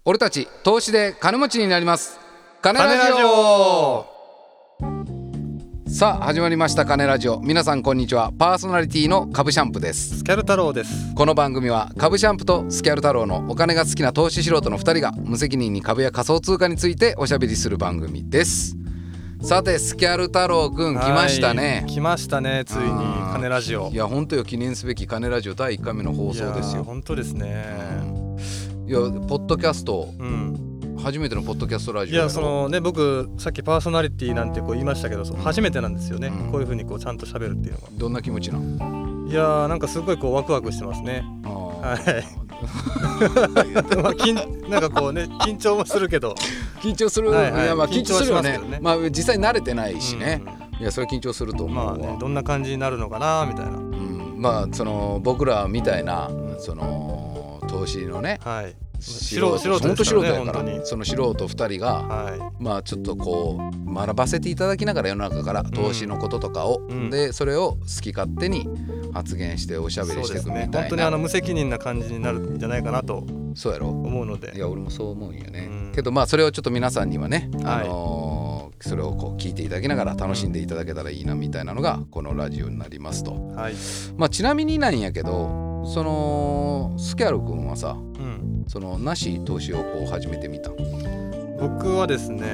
俺たち投資で金持ちになります。金ラジオ。さあ始まりました金ラジオ。皆さんこんにちは。パーソナリティの株シャンプです。 スキャル太郎です。 この番組は株シャンプとスキャル太郎のお金が好きな投資素人の2人が無責任に株や仮想通貨についておしゃべりする番組です。さてスキャル太郎くん来ましたね。 来ましたね、ついに金ラジオ。 いや本当よ、記念すべき金ラジオ第1回目の放送ですよ。 本当ですね。 いやポッドキャスト、初めてのポッドキャストラジオ。 いやそのね、僕さっきパーソナリティなんてこう言いましたけど、初めてなんですよね、こういう風にこうちゃんと喋るっていうのが。 どんな気持ちなの？ いやなんかすごいこうワクワクしてますね。はいなんかこうね、緊張もするけど緊張する、 はいはい、 いやまあ緊張するよね。 ね、 まあ実際慣れてないしね、いやそれ緊張すると思うわ。 まあね、どんな感じになるのかなみたいな、 まあその僕らみたいなその投資のね、素人ですからね、本当にその素人2人が、まあちょっとこう学ばせていただきながら世の中から投資のこととかを、でそれを好き勝手に発言しておしゃべりしていくみたいな、 本当に無責任な感じになるんじゃないかなとそうやろ思うので。 いや俺もそう思うんよね、けどまあそれをちょっと皆さんにはね、それをこう聞いていただきながら楽しんでいただけたらいいなみたいなのがこのラジオになりますと、まあちなみになんやけど、そのスキャル君はさ、そのなし投資をこう始めてみた。 僕はですね、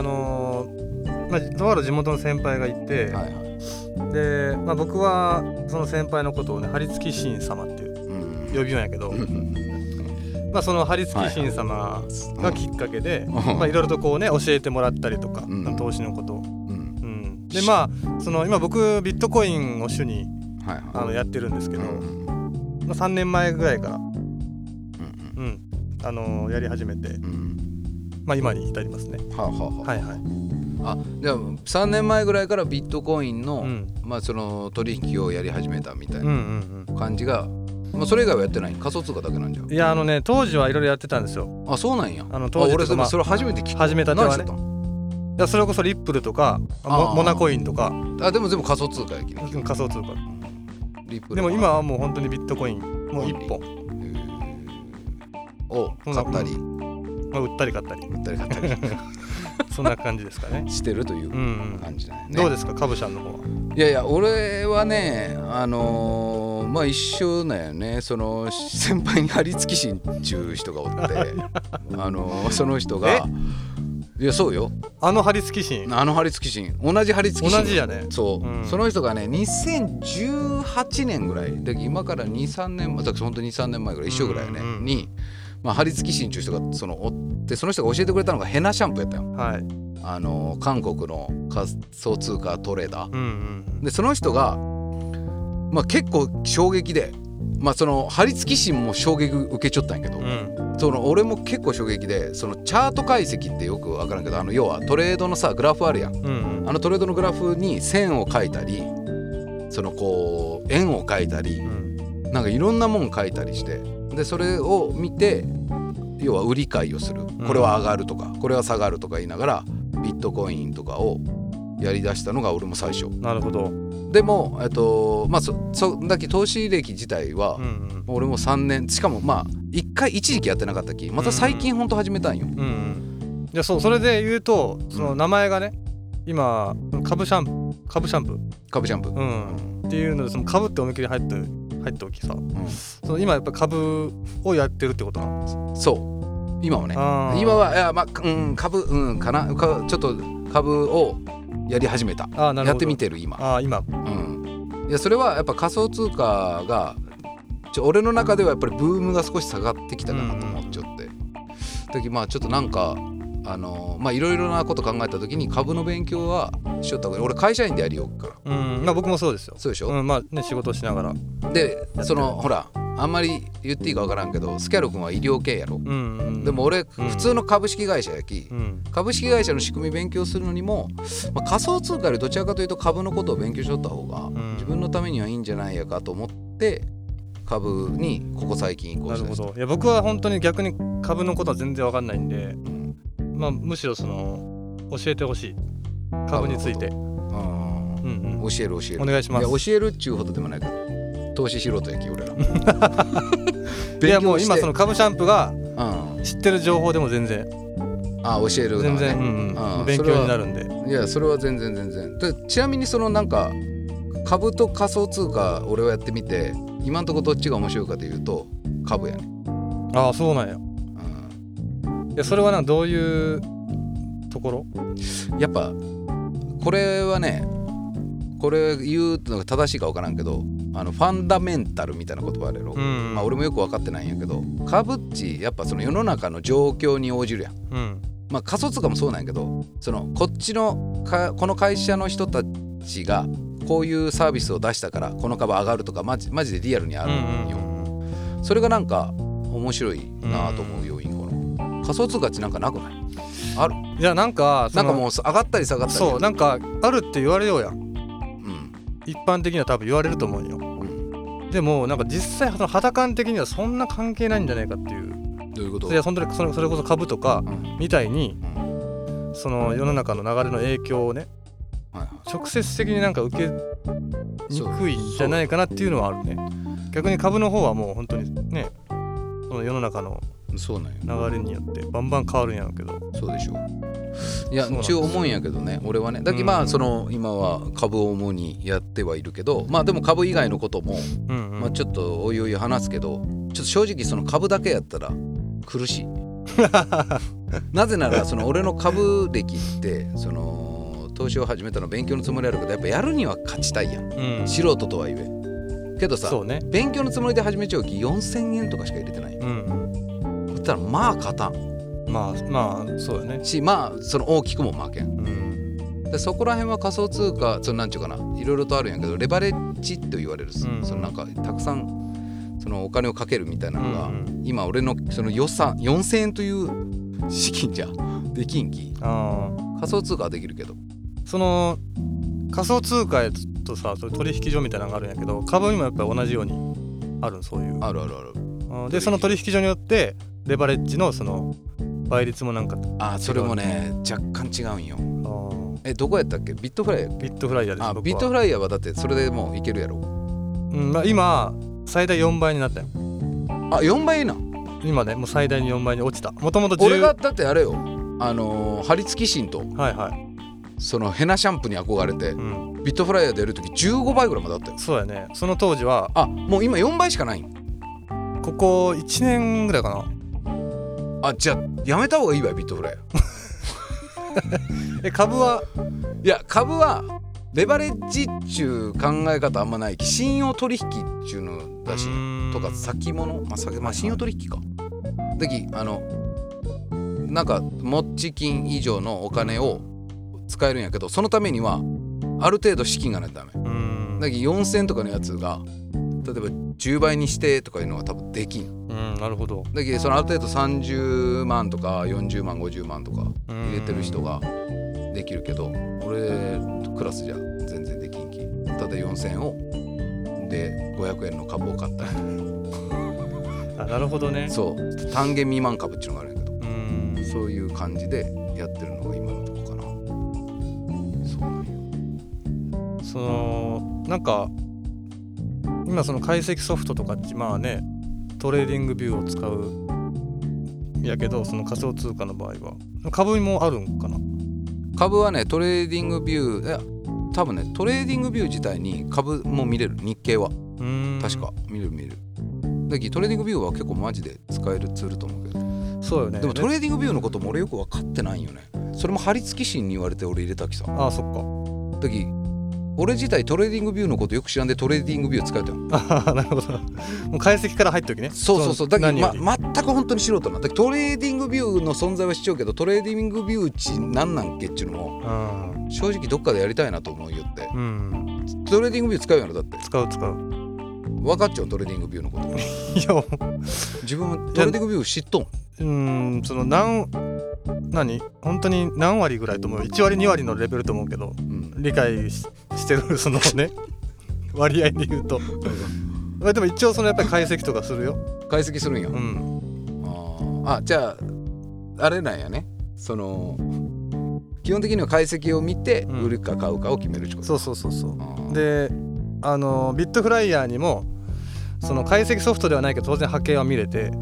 とある地元の先輩がいて、で、僕はその先輩のことをね、張り付き神様っていう呼びようんやけど、その張り付き神様がきっかけで、いろいろとこうね教えてもらったりとか、投資のことを、でその今僕ビットコインを主にやってるんですけど、3年前ぐらいからやり始めて、今に至りますね。 あ、じゃあ3年前ぐらいからビットコインの、その取引をやり始めたみたいな感じが、それ以外はやってない？仮想通貨だけなんじゃん。 いや当時はいろいろやってたんですよ。 あ、そうなんや。 当時俺でもそれ初めて聞く。 始めたてはね。いやそれこそリップルとかモナコインとか。 でも全部仮想通貨やきね。 仮想通貨。 リップル。 でも今はもう本当にビットコインもう1本を買ったり、 売ったり買ったりそんな感じですかね。 してるという感じだよね。 どうですか、カブシャンの方は？ いや俺はね、一緒だよね。その先輩に張り付き神っていう人がおってその人が、いやそうよ、 張り付き神、 張り付き神、同じ張り付き神、 同じやね。 そう、その人がね2018年ぐらいで、今から 2,3 年前、本当に 2,3 年前ぐらい、一緒ぐらいね、に張り付き神っていう人がおって、その人が教えてくれたのがヘナシャンプやったよ。韓国の仮想通貨トレーダー、でその人が、結構衝撃で、その張り付き神も衝撃受けちゃったんやけど、その俺も結構衝撃で、そのチャート解析ってよく分からんけど、要はトレードのさグラフあるやん、トレードのグラフに線を書いたり、そのこう円を書いたり、なんかいろんなもん書いたりして、でそれを見て、要は売り買いをする、これは上がるとかこれは下がるとか言いながらビットコインとかをやりだしたのが俺も最初。 なるほど。 でもそだけ投資歴自体は、俺も3年、しかも一時期やってなかったき、また最近ほんと始めたんよ。 いやそれで言うと、その名前がね、今株シャンプ、っていうので、その株って思いっきり入っておきさ、その今やっぱ株をやってるってことなんです。 そう今はね、今は株かな、ちょっと株をやり始めた、やってみてる今。いやそれはやっぱ仮想通貨が俺の中ではやっぱりブームが少し下がってきたかなと思っちゃって、ちょっとなんかいろいろなこと考えた時に株の勉強はしよった方がいい。俺会社員でやりようから。 僕もそうですよ。 そうでしょ。 仕事しながらで、そのほらあんまり言っていいか分からんけど、スキャル君は医療系やろ。でも俺普通の株式会社やき、株式会社の仕組み勉強するのにも、仮想通貨よりどちらかというと株のことを勉強しとった方が自分のためにはいいんじゃないやかと思って株にここ最近移行してる。 なるほど。いや僕は本当に逆に株のことは全然分かんないんで、むしろその教えてほしい、株について。教えるお願いします。いや教えるっちゅうほどでもないけど、投資しろとやき俺らいやもう今その株シャンプが知ってる情報でも全然教えるのはね全然、勉強になるんで。 いやそれは全然で、ちなみにそのなんか株と仮想通貨俺はやってみて今のところどっちが面白いかというと株やね。 ああそうなんや。いやそれはどういうところ？ やっぱこれはね、これ言うのが正しいか分からんけど、ファンダメンタルみたいな言葉あるやろ、まあ俺もよく分かってないんやけど、株っちやっぱその世の中の状況に応じるやん、まあ仮想通貨もそうなんやけど、そのこっちのこの会社の人たちがこういうサービスを出したからこの株上がるとかマジでリアルにあるんよ、それがなんか面白いなと思う要因。この仮想通貨ってなんかなくない？ある？ いやなんかもう上がったり下がったり、 そうなんかあるって言われようやん、一般的には多分言われると思うよ、でもなんか実際その肌感的にはそんな関係ないんじゃないかっていう。 どういうこと？ いやそれこそ株とかみたいに、その世の中の流れの影響をね、直接的になんか受けにくいんじゃないかなっていうのはあるね。逆に株の方はもう本当にね、その世の中の流れによってバンバン変わるんやろうけど。 そうでしょう。いや一応思うんやけどね、俺はね。だけどまあその今は株を主にやってはいるけど、まあでも株以外のことも、まあちょっとおいおい話すけど、ちょっと正直その株だけやったら苦しい。なぜならその俺の株歴ってその投資を始めたの勉強のつもりあるけど、やっぱやるには勝ちたいやん、素人とはいえ。けどさ、勉強のつもりで始めちゃうき4000円とかしか入れてない。そしたらまあ勝たん。 まあそうだね。 まあその大きくも負けん、でそこら辺は仮想通貨そのなんちゅうかないろいろとあるんやけど、レバレッジと言われる、そのなんかたくさんそのお金をかけるみたいなのが、今俺のその予算4000円という資金じゃできんき。仮想通貨はできるけど、 その仮想通貨とさ、それ取引所みたいなのがあるんやけど、株にもやっぱり同じようにある。そういうあるで、その取引所によってレバレッジのその倍率もなんかそれもね若干違うんよ。どこやったっけ？ビットフライヤー。 ビットフライヤーです。 ビットフライヤーはだってそれでもういけるやろ。 今最大4倍になったよ。 4倍な。 今ねもう最大に4倍に落ちた。もともと俺がだってあれよ、張り付き神と、そのヘナシャンプーに憧れて、ビットフライヤーでやるとき15倍ぐらいまであったよ。 そうやね。その当時はもう今4倍しかないん。 ここ1年ぐらいかな。 じゃあやめた方がいいわよビットフライヤー。 株は？ いや株はレバレッジっちゅう考え方あんまないき、信用取引っちゅうのだしとか先物、信用取引か。だきなんか持ち金以上のお金を使えるんやけど、そのためにはある程度資金がないとダメ。だき4000とかのやつが例えば10倍にしてとかいうのは多分できん。 なるほど。 だけどそのある程度30万とか40万50万とか入れてる人ができるけど、俺クラスじゃ全然できんき。ただ4000をで500円の株を買ったり。 なるほどね。 そう単元未満株っていうのがあるんやけど、そういう感じでやってるのが今のとこかな。そうなんよ。 そのなんか今その解析ソフトとかってまあねトレーディングビューを使うやけど、その仮想通貨の場合は株もあるんかな。 株はねトレーディングビュー、いや多分ねトレーディングビュー自体に株も見れる。日経は確か見れる。だけどトレーディングビューは結構マジで使えるツールと思うけど。 そうよね。 でもトレーディングビューのことも俺よく分かってないよね。それも張り付き神に言われて俺入れたきさ。 そっか。 だけど俺自体トレーディングビューのことよく知らんでトレーディングビュー使えたよ。 なるほど。もう解析から入った時ね。 そうだけど、全く本当に素人な。だけどトレーディングビューの存在は知っちゃうけど、トレーディングビューちなんなんけっちゅうのも正直どっかでやりたいなと思うよって。トレーディングビュー使うやろ。だって使う分かっちゃうトレーディングビューのこと。 いや自分はトレーディングビュー知っとん。 その本当に何割ぐらいと思う。1割2割のレベルと思うけど、理解してるそのね割合で言うとでも一応そのやっぱり解析とかするよ。 解析するんや。じゃああれなんやね。その基本的には解析を見て売るか買うかを決めるってこと。 そうでビットフライヤーにもその解析ソフトではないけど当然波形は見れて、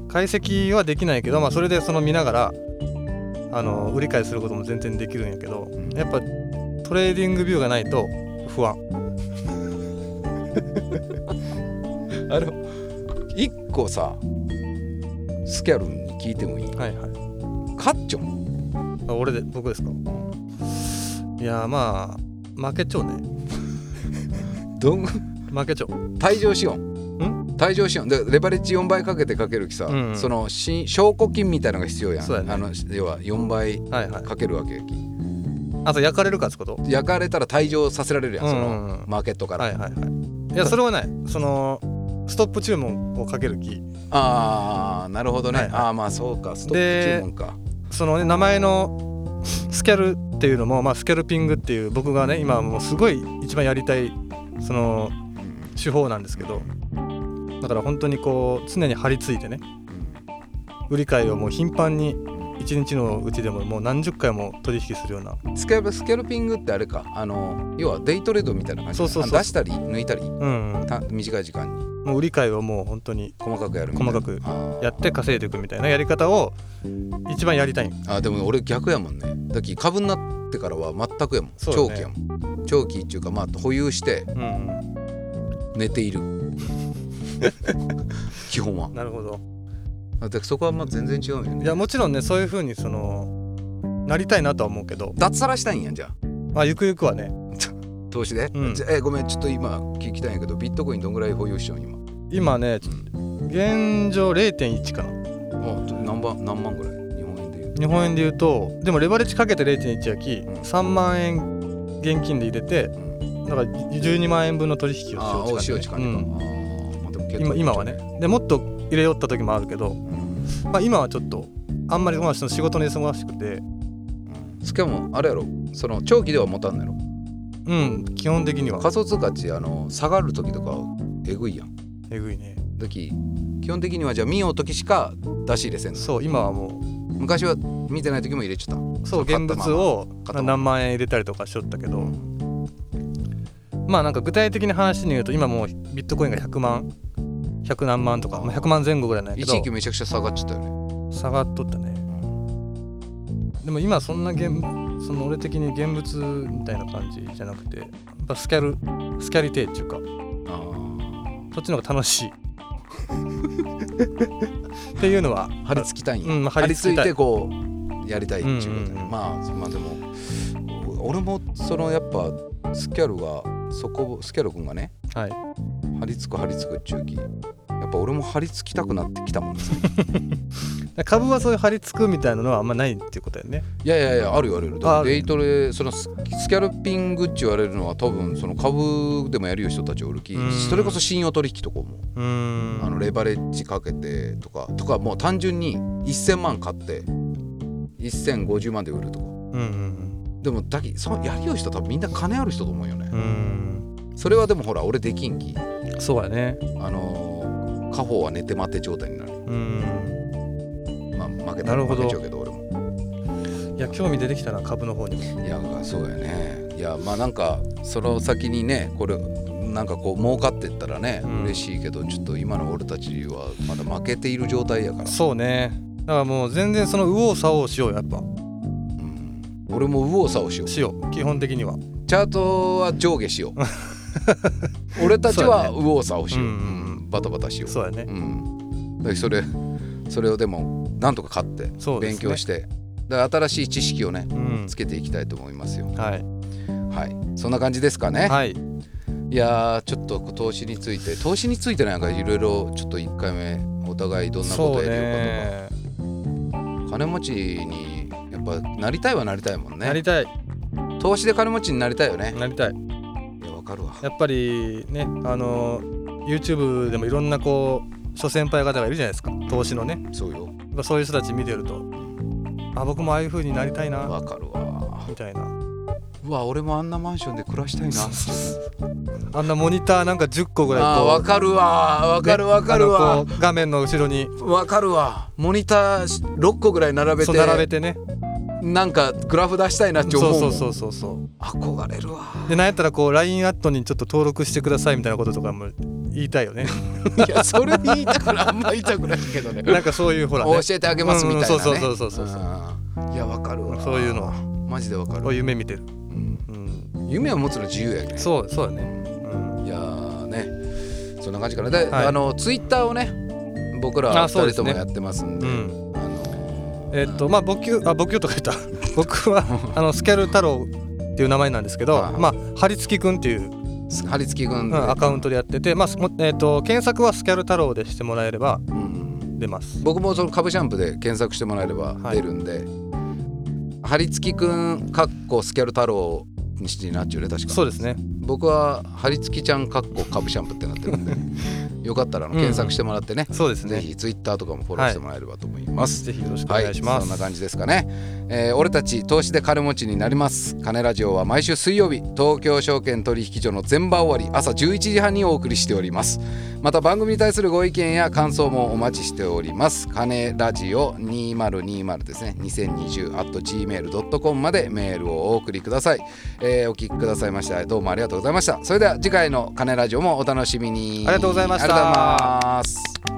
解析はできないけど、それでその見ながら売り買いすることも全然できるんやけど、やっぱトレーディングビューがないと不安。 一個さスキャルに聞いてもいい？ はいはい。 カッチョン。 僕ですか？いや負けちょうね。負けちょう。 退場しよん。退場しよん。でレバレッジ4倍かけてかける気さ、その証拠金みたいなのが必要やん。 そうやね。 要は4倍かけるわけやき。 あと焼かれるかってこと？ 焼かれたら退場させられるやん、そのマーケットから。 はいはいはい。いやそれはない。そのストップ注文をかける気。 ああなるほどね。はいはい、そうか、ストップ注文か。 そのね名前のスキャルっていうのも、スキャルピングっていう僕がね今もうすごい一番やりたいその手法なんですけど、だから本当にこう常に張り付いてね、売り買いをもう頻繁に一日のうちでももう何十回も取引するような。 スキャルピングってあれか、要はデイトレードみたいな感じ。そう出したり抜いたり、短い時間にもう売り買いをもう本当に細かくやるみたいな、 細かくやって稼いでいくみたいなやり方を一番やりたい。 でも俺逆やもんね。だき株になってからは全くやもん。長期やもん。長期っていうか保有して寝ている。基本は。 なるほど。 そこは全然違うよね。 いやもちろんね、そういう風になりたいなとは思うけど、 脱サラしたいんやん。じゃあゆくゆくはね投資で、ごめんちょっと今聞きたいんやけど、ビットコインどんぐらい保有しよう今ね、現状 0.1 かな。 何万ぐらい日本円で言うと、でもレバレッジかけて 0.1 やき、3万円現金で入れて、だから12万円分の取引をしようって感じね。今はね。でもっと入れよった時もあるけど、今はちょっとあんまりその仕事に忙しくて。 しかもあれやろ、その長期では持たんのやろ。 基本的には仮想通貨って下がる時とかえぐいやん。 えぐいね。 基本的にはじゃあ見よう時しか出し入れせんの。 そう、今はもう昔は見てない時も入れちゃった。 そう、現物を何万円入れたりとかしよったけど、なんか具体的な話に言うと、今もうビットコインが100何万とか、100万前後ぐらいなんやけど、 一時期めちゃくちゃ下がっちゃったよね。 下がっとったね。でも今そんなその俺的に現物みたいな感じじゃなくて、やっぱスキャリティっていうか、そっちの方が楽しいっていうのは張り付きたいんや。張り付いてこうやりたいっていうことで、でも俺もやっぱスキャル君がね、張り付くっちゅうき、やっぱ俺も張り付きたくなってきたもんね。 株はそういう張り付くみたいなのはあんまないっていうことだよね。いやあるよ。デイトレスキャルピングって言われるのは多分株でもやる人たちおるき、それこそ信用取引とかもレバレッジかけてとかもう単純に1000万買って1050万で売るとか。でもやりよう人多分みんな金ある人と思うよね。それはでもほら俺できんき。 そうやね。 家宝は寝て待て状態になる。負けたら負けちゃうけど俺も。 いや興味出てきたな、株の方にも。 いやそうやね。いやなんかその先にね、これなんかこう儲かってったらね、嬉しいけど、ちょっと今の俺たちはまだ負けている状態やから。 そうね。だからもう全然その右往左往しようやっぱ。 俺も右往左往しよう基本的には。 チャートは上下しよう。俺たちは右往左往しよう。バタバタしよう。 そうやね。 それをでもなんとか買って勉強して、新しい知識をね、つけていきたいと思いますよ。はい、そんな感じですかね。いやちょっと投資についてなんかいろいろちょっと1回目お互いどんなことやりようかとか、金持ちにやっぱなりたいはなりたいもんね。 なりたい。 投資で金持ちになりたいよね。 なりたい。 いやわかるわ。 やっぱりね、YouTube でもいろんなこう諸先輩方がいるじゃないですか、投資のね。 そうよ。 そういう人たち見てると、僕もああいう風になりたいな。 わかるわ。 みたいな。 俺もあんなマンションで暮らしたいな。 あんなモニターなんか10個ぐらいこう。 わかるわ。 画面の後ろに。 わかるわ。モニター6個ぐらい並べてね。なんかグラフ出したいなって思うもん。そう憧れるわ。 でなんやったらこう LINE アットにちょっと登録してくださいみたいなこととかも言言いたいよねいやそれ言いたくないあんま言いたくないけどねなんかそういうほら、ね、 教えてあげますみたいなね、 そういやわかるわ、 そういうのマジでわかる。 夢見てる、 夢を持つの自由やけど、 そうだね、 いやねそんな感じかな。で、ツイッターをね僕ら2人ともやってますんで、まあ募金とか言った僕はスキャル太郎っていう名前なんですけど、まあ張り付きくんっていう張り付きくんアカウントでやってて、まあ検索はスキャル太郎でしてもらえれば出ます。 僕もその株シャンプーで検索してもらえれば出るんで、張り付きくんかっこスキャル太郎になっちゃうね、確か。 そうですね。 僕は張り付きちゃんかっこ株シャンプーってなってるんでよかったら検索してもらってね、 そうですね、 ぜひツイッターとかもフォローしてもらえればと思います、 ぜひよろしくお願いします、 そんな感じですかね。俺たち投資で金持ちになります。金ラジオは毎週水曜日東京証券取引所の全場終わり朝11時半にお送りしております。また番組に対するご意見や感想もお待ちしております。金ラジオ2020ですね 2020@gmail.com までメールをお送りください。お聞きくださいましてどうもありがとうございました。それでは次回の金ラジオもお楽しみに。 ありがとうございました。 ありがとうございます。